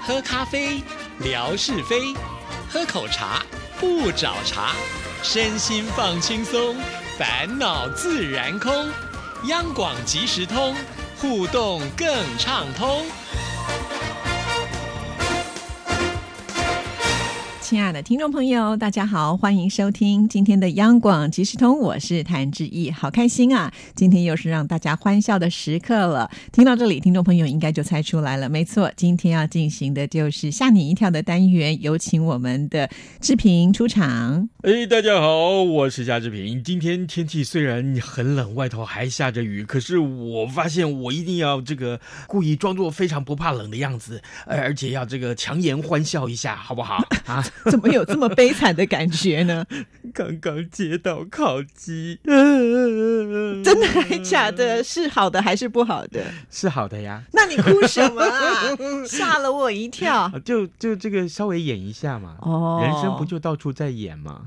喝咖啡，聊是非；喝口茶，不找茬。身心放轻松，烦恼自然空。央广即时通，互动更畅通。 亲爱的听众朋友，大家好，欢迎收听今天的央广即时通，我是谭志毅，好开心啊！今天又是让大家欢笑的时刻了。听到这里，听众朋友应该就猜出来了，没错，今天要进行的就是吓你一跳的单元，有请我们的志平出场。 大家好，我是夏志平。今天天气虽然很冷，外头还下着雨，可是我发现我一定要故意装作非常不怕冷的样子，而且要强颜欢笑一下，好不好啊？ 怎么有这么悲惨的感觉呢？ 刚刚接到烤鸡， 真的还假的？是好的还是不好的？ 是好的呀。 那你哭什么啊？吓了我一跳。 就稍微演一下嘛。 哦， 人生不就到处在演吗？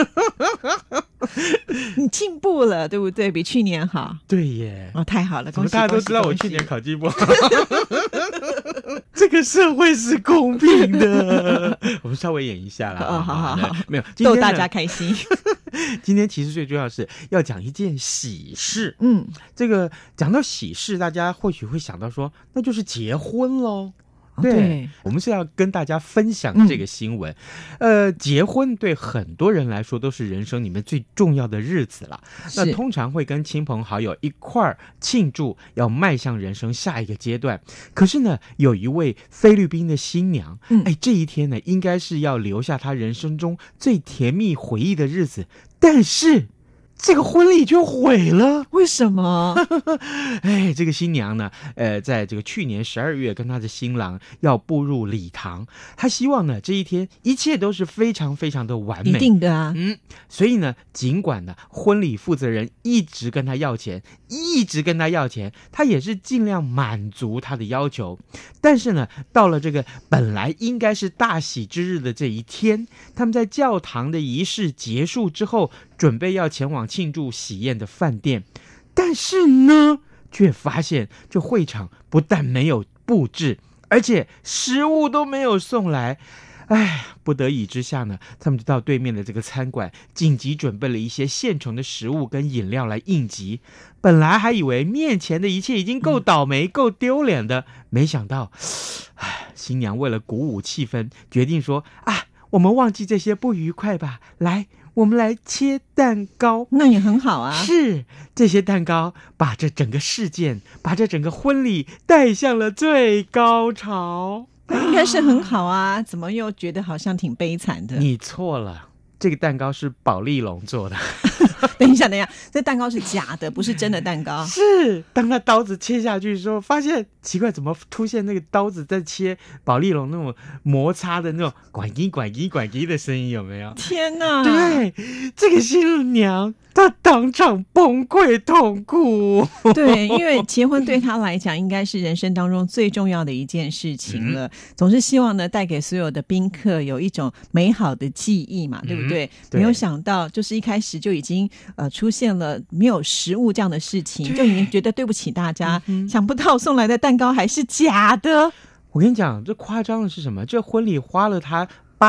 你进步了，对不对？比去年好。 对耶。 哦，太好了，恭喜！ 大家都知道我去年烤鸡不好。这个社会是公平的。我们稍微演一下啦。 好， 没有逗大家开心。 今天其实最重要的是要讲一件喜事。讲到喜事，大家或许会想到说，那就是结婚咯。对，我们是要跟大家分享这个新闻。结婚对很多人来说都是人生里面最重要的日子了。那通常会跟亲朋好友一块儿庆祝，要迈向人生下一个阶段。可是呢，有一位菲律宾的新娘，这一天呢，应该是要留下她人生中最甜蜜回忆的日子，但是这个婚礼就毁了。 为什么？ 这个新娘呢，在去年12月跟她的新郎要步入礼堂，她希望呢这一天一切都是非常非常的完美。 一定的啊。 所以呢，尽管呢婚礼负责人一直跟她要钱，她也是尽量满足她的要求。但是呢，到了本来应该是大喜之日的这一天，他们在教堂的仪式结束之后，准备要前往庆祝喜宴的饭店，但是呢，却发现这会场不但没有布置，而且食物都没有送来。不得已之下呢，他们就到对面的这个餐馆紧急准备了一些现成的食物跟饮料来应急。本来还以为面前的一切已经够倒霉够丢脸的，没想到新娘为了鼓舞气氛，决定说我们忘记这些不愉快吧，来，我们来切蛋糕。 那也很好啊。 是，这些蛋糕把这整个事件，把这整个婚礼带向了最高潮。 应该是很好啊，怎么又觉得好像挺悲惨的？ 你错了，这个蛋糕是保丽龙做的。 等一下，这蛋糕是假的，不是真的蛋糕。 是，当他刀子切下去的时候，发现奇怪，怎么出现那个刀子在切保丽龙那种摩擦的那种管叽的声音，有没有？ 天哪！ 对，这个新娘她当场崩溃痛哭。 对，因为结婚对她来讲应该是人生当中最重要的一件事情了，总是希望呢带给所有的宾客有一种美好的记忆嘛，对不对？没有想到就是一开始就已经出现了没有食物这样的事情，就已经觉得对不起大家。想不到送来的蛋糕还是假的。 我跟你讲，这夸张的是什么？这婚礼花了他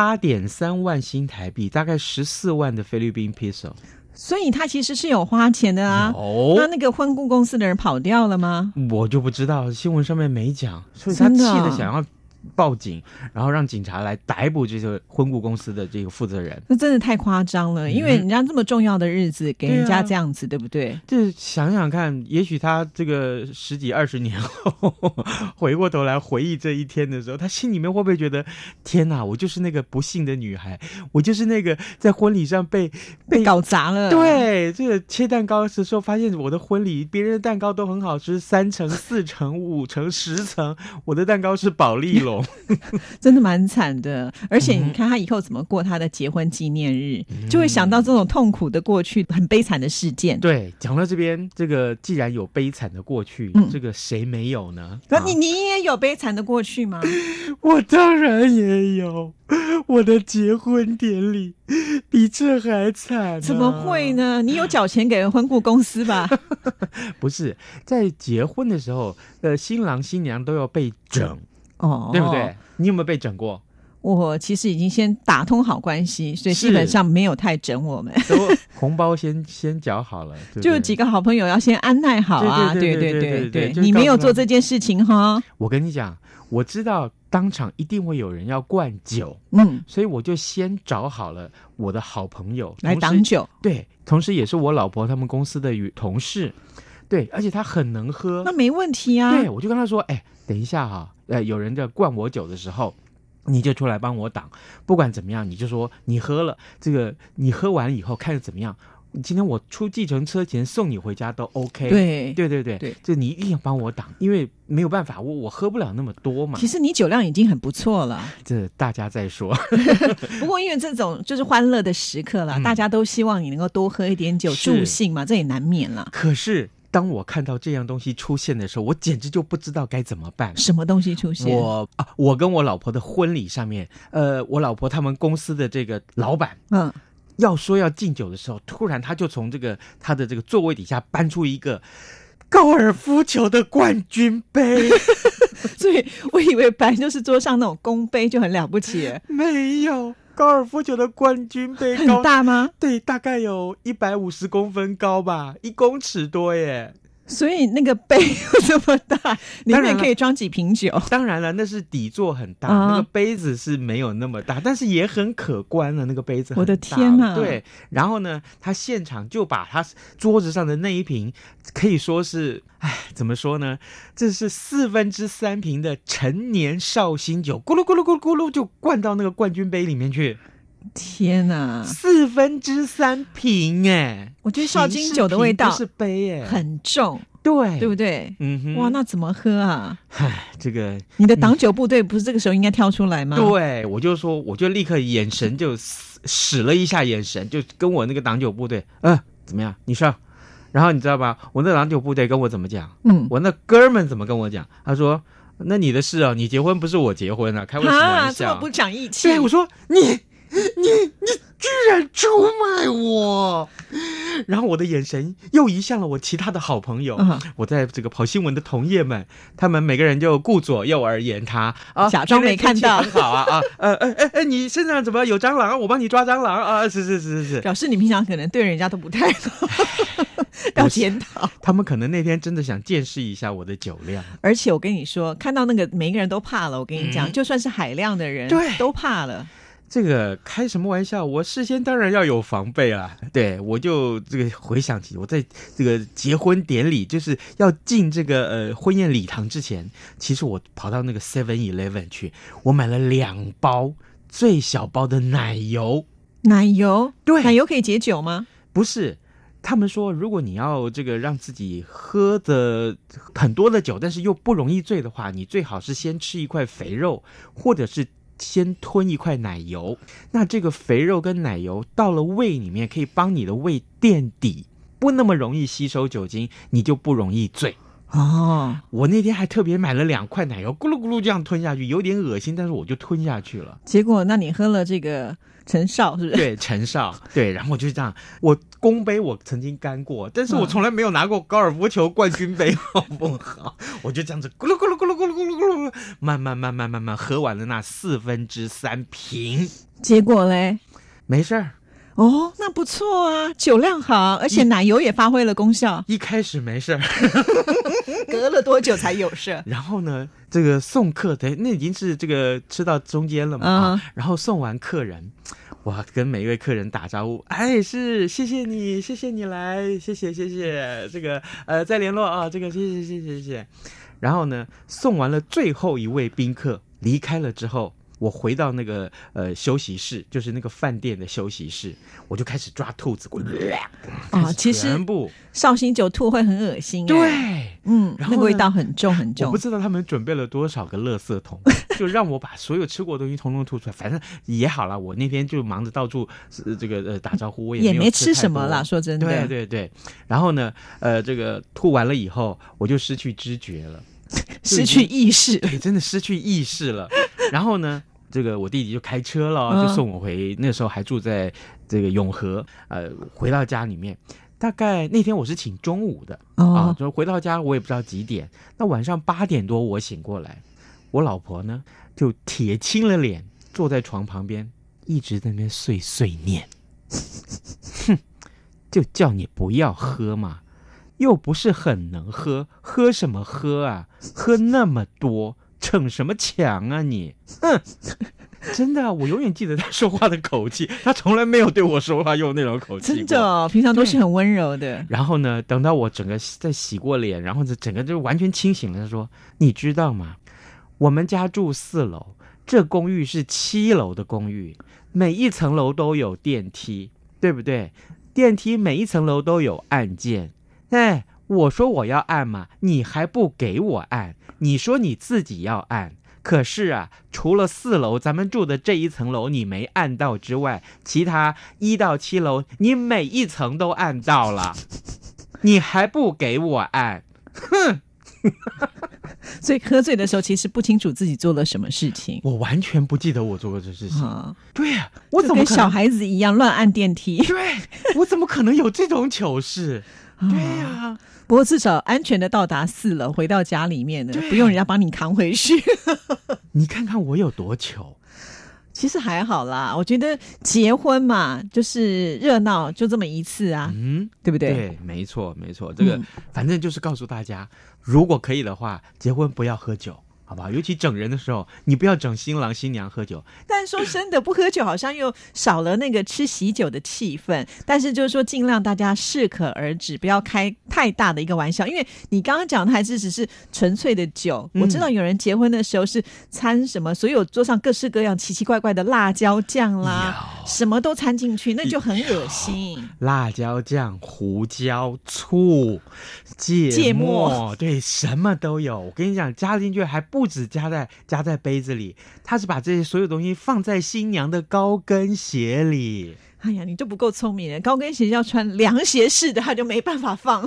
8.3万新台币，大概14万的菲律宾 peso。 所以他其实是有花钱的啊。那个婚顾公司的人跑掉了吗？ 我就不知道，新闻上面没讲，所以他气得想要报警，然后让警察来逮捕这个婚顾公司的这个负责人。 那真的太夸张了，因为人家这么重要的日子给人家这样子，对不对？ 就是想想看，也许他这个10几20年后回过头来回忆这一天的时候，他心里面会不会觉得，天哪，我就是那个不幸的女孩，我就是那个在婚礼上被搞砸了。 对，这个切蛋糕的时候发现我的婚礼别人的蛋糕都很好吃，3层4层5层10层，我的蛋糕是保丽龙。 真的蛮惨的。而且你看他以后怎么过他的结婚纪念日，就会想到这种痛苦的过去，很悲惨的事件。 对，讲到这边，这个既然有悲惨的过去，这个谁没有呢？ 你也有悲惨的过去吗？ 我当然也有，我的结婚典礼比这还惨。 怎么会呢？你有缴钱给婚顾公司吧？ 不是，在结婚的时候，新郎新娘都要被整。 哦， 对不对？你有没有被整过？ 我其实已经先打通好关系，所以基本上没有太整我们。 都红包先缴好了，对不对？ 就有几个好朋友要先安奈好啊， 对， 你没有做这件事情哈。 我跟你讲，我知道当场一定会有人要灌酒，所以我就先找好了我的好朋友来挡酒， 对，同时也是我老婆他们公司的同事，对，而且他很能喝， 那没问题啊。 对，我就跟他说，等一下哈，有人在灌我酒的时候，你就出来帮我挡，不管怎么样，你就说你喝了，这个你喝完以后看着怎么样，今天我出计程车钱送你回家都 OK。 对，就你一定要帮我挡，因为没有办法，我喝不了那么多嘛。 其实你酒量已经很不错了， 这大家再说。 不过因为这种就是欢乐的时刻啦，大家都希望你能够多喝一点酒助兴嘛，这也难免啦。 可是当我看到这样东西出现的时候，我简直就不知道该怎么办。 什么东西出现？ 我跟我老婆的婚礼上面，我老婆他们公司的这个老板，要说要敬酒的时候，突然他就从他的这个座位底下搬出一个高尔夫球的冠军杯。 所以我以为本来就是桌上那种公杯就很了不起了， 没有。高尔夫球的冠军杯很大吗？ 对，大概有150公分高吧，1公尺多耶。 所以那个杯有这么大，里面可以装几瓶酒？ 当然了，那是底座很大，那个杯子是没有那么大，但是也很可观了。那个杯子很大， 我的天啊！ 对，然后呢，他现场就把他桌子上的那一瓶，可以说是，怎么说呢？这是3/4瓶的陈年绍兴酒，咕噜咕噜咕噜咕噜就灌到那个冠军杯里面去。 天哪 ，3/4瓶我觉得绍兴酒的味道不是杯很重， 对不对？哇，那怎么喝啊？ 这个你的挡酒部队不是这个时候应该跳出来吗？ 对，我就立刻眼神就使了一下眼神，就跟我那个挡酒部队，怎么样？你上。然后你知道吧？我那挡酒部队跟我怎么讲？我那哥们怎么跟我讲？他说：“那你的事哦，你结婚不是我结婚啊，开我什么玩笑？ 这么不讲义气。” 对，我说你居然出卖我！然后我的眼神又移向了我其他的好朋友，我在这个跑新闻的同业们，他们每个人就顾左右而言他假装没看到。 很好啊你身上怎么有蟑螂？我帮你抓蟑螂啊！是， 表示你平常可能对人家都不太好。要检讨， 他们可能那天真的想见识一下我的酒量。 而且我跟你说，看到那个每一个人都怕了。我跟你讲，就算是海量的人， 对， 都怕了。 这个开什么玩笑？我事先当然要有防备啦。对，我就这个回想起我在这个结婚典礼，就是要进这个婚宴礼堂之前，其实我跑到那个 7-Eleven 去，我买了2包最小包的奶油。 奶油？ 对， 奶油可以解酒吗？ 不是。他们说，如果你要这个让自己喝的很多的酒，但是又不容易醉的话，你最好是先吃一块肥肉，或者是先吞一块奶油。那这个肥肉跟奶油到了胃里面，可以帮你的胃垫底，不那么容易吸收酒精，你就不容易醉。我那天还特别买了2块奶油，咕噜咕噜这样吞下去，有点恶心，但是我就吞下去了。 结果，那你喝了这个陈绍是不是？ 对，陈绍，对，然后我就这样，我公杯我曾经干过，但是我从来没有拿过高尔夫球冠军杯，好不好？我就这样子咕噜咕噜咕噜咕噜咕噜咕噜，慢慢喝完了那3/4瓶， 结果嘞， 没事儿。 那不错啊，酒量好，而且奶油也发挥了功效。 一开始没事儿， 隔了多久才有事？ 然后呢，这个送客的那已经是这个吃到中间了嘛，然后送完客人，我跟每一位客人打招呼，是谢谢你来，谢谢这个再联络啊，这个谢谢。然后呢，送完了最后一位宾客离开了之后，我回到那个休息室，就是那个饭店的休息室，我就开始抓兔子。 其实全部绍兴酒吐会很恶心。 对， 然后那个味道很重很重。 我不知道他们准备了多少个垃圾桶，就让我把所有吃过的东西统统吐出来。反正也好了，我那天就忙着到处这个打招呼，我也没吃什么啦。说真的， 对。然后呢，这个吐完了以后，我就失去知觉了。 失去意识， 对，真的失去意识了。然后呢，这个我弟弟就开车了，就送我回。那时候还住在这个永和，回到家里面。大概那天我是请中午的就回到家我也不知道几点。那晚上8点多我醒过来， 我老婆呢就铁青了脸，坐在床旁边，一直在那边碎碎念。哼，就叫你不要喝嘛，又不是很能喝，喝什么喝啊？喝那么多，逞什么强啊你？哼！真的，我永远记得他说话的口气，他从来没有对我说话用那种口气过。 真的哦，平常都是很温柔的。 然后呢，等到我整个再洗过脸，然后整个就完全清醒了。他说：“你知道吗？我们家住4楼，这公寓是7楼的公寓，每一层楼都有电梯，对不对？电梯每一层楼都有按键。哎，我说我要按嘛，你还不给我按，你说你自己要按。”可是啊，除了4楼咱们住的这一层楼你没按到之外，其他1到7楼你每一层都按到了，你还不给我按，哼！ 所以喝醉的时候其实不清楚自己做了什么事情。 我完全不记得我做过这事情。对呀，我怎么跟小孩子一样乱按电梯？ 对，我怎么可能有这种糗事？对呀。 不过至少安全的到达4楼，回到家里面呢，不用人家帮你扛回去。 你看看我有多糗。 其实还好啦，我觉得结婚嘛，就是热闹，就这么一次啊，对不对？ 对，没错没错。这个反正就是告诉大家，如果可以的话，结婚不要喝酒。好吧，尤其整人的时候，你不要整新郎新娘喝酒。 但说真的，不喝酒好像又少了那个吃喜酒的气氛。但是就是说，尽量大家适可而止，不要开太大的一个玩笑。因为你刚刚讲的还是只是纯粹的酒。我知道有人结婚的时候是掺什么，所有桌上各式各样奇奇怪怪的辣椒酱啦，什么都掺进去，那就很恶心。 辣椒酱、胡椒、醋、芥末，对，什么都有。我跟你讲，加进去还不止加在杯子里，他是把这些所有东西放在新娘的高跟鞋里。 哎呀，你就不够聪明了，高跟鞋要穿凉鞋式的，他就没办法放。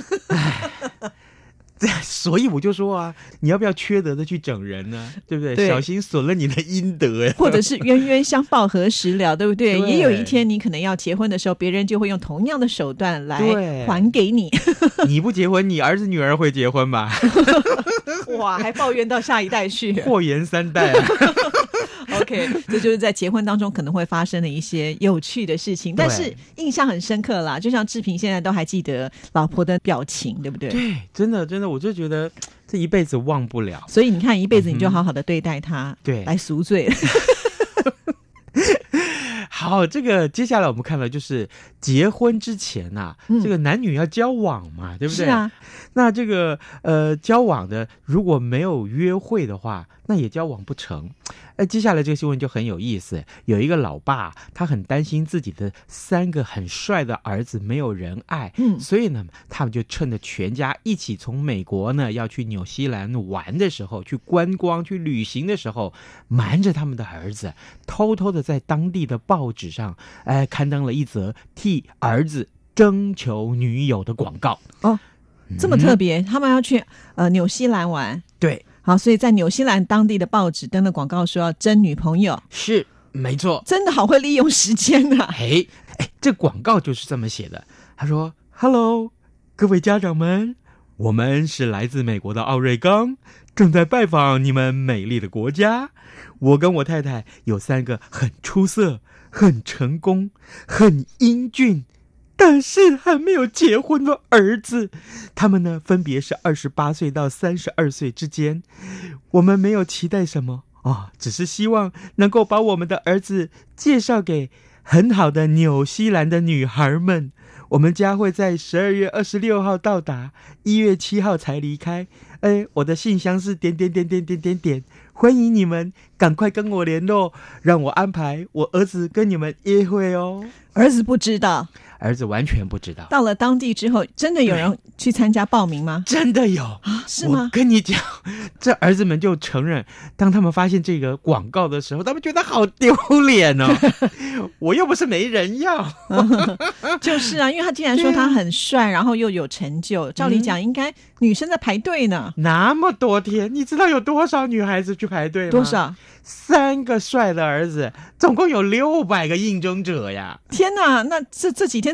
所以我就说啊，你要不要缺德的去整人呢？对不对？对，小心损了你的阴德。 或者是冤冤相报何时了，对不对？也有一天你可能要结婚的时候，别人就会用同样的手段来还给你。 你不结婚，你儿子女儿会结婚吧？ 哇，还抱怨到下一代去， 祸延3代啊。 OK， 这就是在结婚当中可能会发生的一些有趣的事情，但是印象很深刻啦。就像志平现在都还记得老婆的表情，对不对？ 对，真的真的，我就觉得这一辈子忘不了。 所以你看，一辈子你就好好的对待他， 对， 来赎罪。 好，这个接下来我们看到就是结婚之前啊，这个男女要交往嘛，对不对？ 是啊。 那这个交往的如果没有约会的话，那也交往不成。接下来这个新闻就很有意思，有一个老爸，他很担心自己的3个很帅的儿子没有人爱，所以呢，他们就趁着全家一起从美国呢要去纽西兰玩的时候，去观光、去旅行的时候，瞒着他们的儿子，偷偷的在当地的报纸上，刊登了一则替儿子征求女友的广告。 哦，这么特别，他们要去纽西兰玩。 对。 好，所以在纽西兰当地的报纸登了广告说要征女朋友。 是，没错。 真的好会利用时间啊。 这广告就是这么写的。他说 Hello， 各位家长们，我们是来自美国的奥瑞冈，正在拜访你们美丽的国家。我跟我太太有3个很出色、很成功、很英俊，但是还没有结婚的儿子，他们呢分别是28岁到32岁之间。我们没有期待什么只是希望能够把我们的儿子介绍给很好的纽西兰的女孩们。我们家会在12月26号到达，1月7号才离开。我的信箱是点，欢迎你们赶快跟我联络，让我安排我儿子跟你们约会哦。 儿子不知道， 儿子完全不知道。 到了当地之后，真的有人去参加报名吗？ 真的有啊？是吗？ 我跟你讲，这儿子们就承认，当他们发现这个广告的时候，他们觉得好丢脸哦。我又不是没人要。 就是啊，因为他既然说他很帅，然后又有成就，照理讲应该女生在排队呢。 那么多天，你知道有多少女孩子去排队吗？ 多少 ？3个帅的儿子，总共有600个应征者呀！ 天哪，那这几天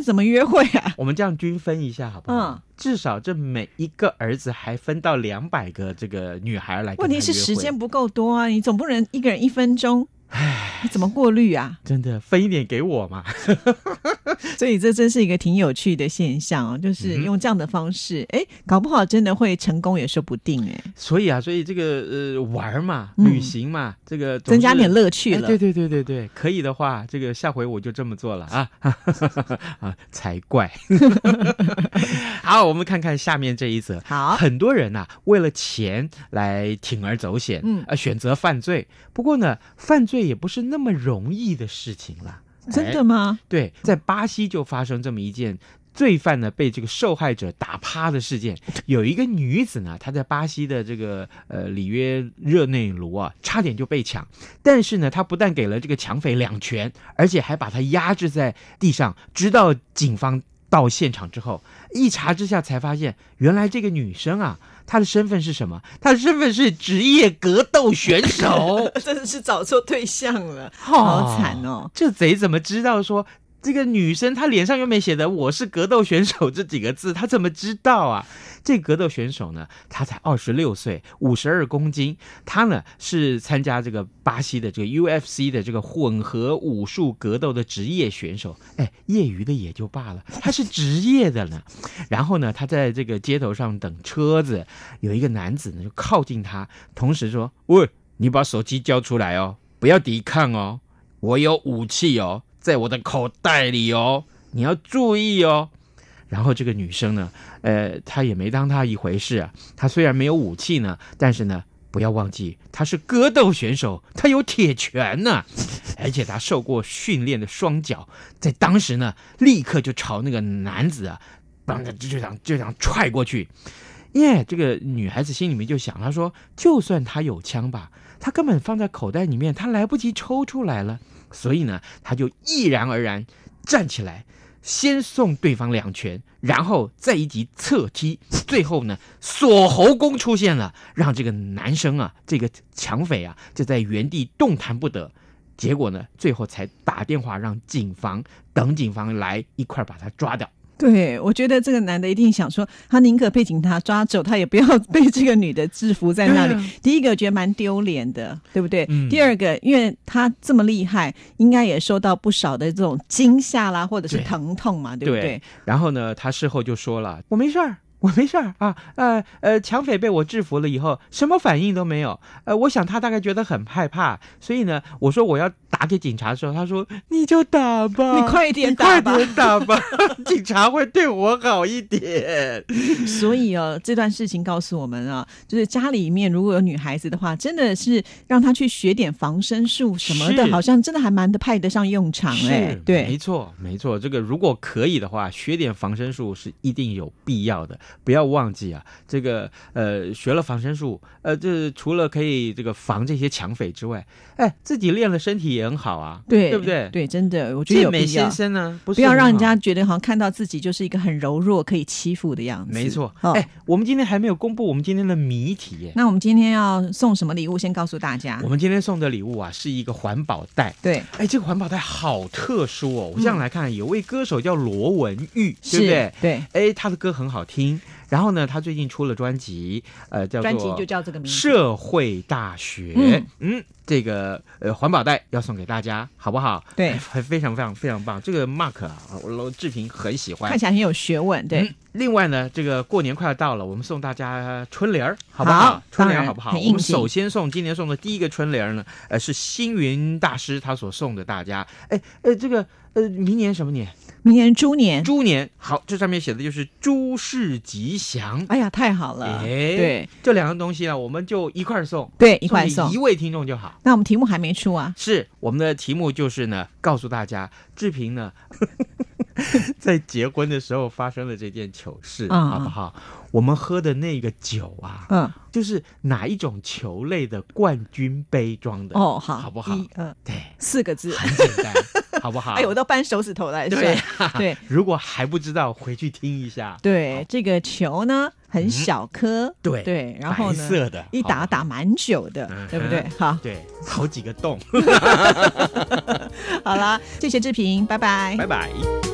天怎么约会啊？ 我们这样均分一下好不好？至少这每一个儿子还分到200个这个女孩来跟他约会。 问题是时间不够多啊，你总不能一个人1分钟，你怎么过滤啊？ 真的分一点给我嘛。 所以这真是一个挺有趣的现象哦，就是用这样的方式，搞不好真的会成功也说不定所以这个玩嘛，旅行嘛，这个增加点乐趣了。 对，可以的话，这个下回我就这么做了啊。才怪。好，我们看看下面这一则。 好， 很多人为了钱来铤而走险，选择犯罪。不过呢，犯罪也不是那么容易的事情啦。 真的吗？ 对，在巴西就发生这么一件罪犯呢被这个受害者打趴的事件。有一个女子呢，她在巴西的这个里约热内卢差点就被抢，但是呢，她不但给了这个抢匪2拳，而且还把他压制在地上，直到警方到现场之后，一查之下才发现，原来这个女生她的身份是什么？她的身份是职业格斗选手。 真的是找错对象了，好惨哦！ 这贼怎么知道说这个女生她脸上又没写的我是格斗选手这几个字，她怎么知道啊？这格斗选手呢，他才26岁，52公斤，他呢是参加这个巴西的这个 UFC 的这个混合武术格斗的职业选手。业余的也就罢了，他是职业的呢。然后呢，他在这个街头上等车子，有一个男子呢就靠近他，同时说：“喂，你把手机交出来哦，不要抵抗哦，我有武器哦，在我的口袋里哦，你要注意哦。”然后这个女生呢，她也没当她一回事啊。她虽然没有武器呢，但是呢，不要忘记，她是格斗选手，她有铁拳呢，而且她受过训练的双脚，在当时呢，立刻就朝那个男子就这样踹过去。这个女孩子心里面就想，她说，就算她有枪吧，她根本放在口袋里面，她来不及抽出来了，所以呢，她就毅然而然站起来。先送对方2拳，然后再一击侧踢，最后呢，锁喉功出现了，让这个男生这个抢匪就在原地动弹不得。结果呢，最后才打电话让警方来一块把他抓掉。 对，我觉得这个男的一定想说，他宁可被警察抓走，他也不要被这个女的制服在那里。第一个觉得蛮丢脸的，对不对？第二个，因为他这么厉害，应该也受到不少的这种惊吓啦，或者是疼痛嘛，对不对？ 然后呢，他事后就说了，我没事儿啊，抢匪被我制服了以后，什么反应都没有。我想他大概觉得很害怕，所以呢，我说我要打给警察的时候，他说你就打吧， 你快一点打吧， 警察会对我好一点。 所以这段事情告诉我们就是家里面如果有女孩子的话，真的是让她去学点防身术什么的，好像真的还蛮的派得上用场。对， 没错，这个如果可以的话，学点防身术是一定有必要的。不要忘记这个学了防身术，这除了可以这个防这些抢匪之外，自己练了身体也很好对不对？ 对，真的，我觉得有必要。 健美先生呢， 不要让人家觉得好像看到自己就是一个很柔弱可以欺负的样子。 没错。我们今天还没有公布我们今天的谜题耶。 那我们今天要送什么礼物？先告诉大家。 我们今天送的礼物是一个环保袋。 对， 这个环保袋好特殊哦。我这样来看，有位歌手叫罗文玉，对不对？ 对。 他的歌很好听。然后呢，他最近出了专辑，叫做专辑就叫这个名字， 社会大学。这个环保袋要送给大家，好不好？ 对， 非常非常非常棒。这个 Mark 志平很喜欢， 看起来很有学问。对。 另外呢，这个过年快要到了，我们送大家春联好不好？春联好不好？我们首先今年送的第一个春联呢，是星云大师他所送的大家。这个明年什么年？ 明年猪年。 猪年好，这上面写的就是诸事吉祥。 哎呀，太好了！对， 这2样东西呢，我们就一块送。 对，一块送一位听众就好。 那我们题目还没出啊？ 是，我们的题目就是呢，告诉大家志平呢在结婚的时候发生了这件糗事，好不好？我们喝的那个酒就是哪一种球类的冠军杯装的好不好？对 ，4个字， 很简单，好不好？ 我都扳手指头来算。对， 如果还不知道，回去听一下。 对，这个球呢很小颗，对，然后呢白色的， 一打蛮久的，对不对？好， 对，好几个洞。 好啦，谢谢志平，拜拜， 拜拜。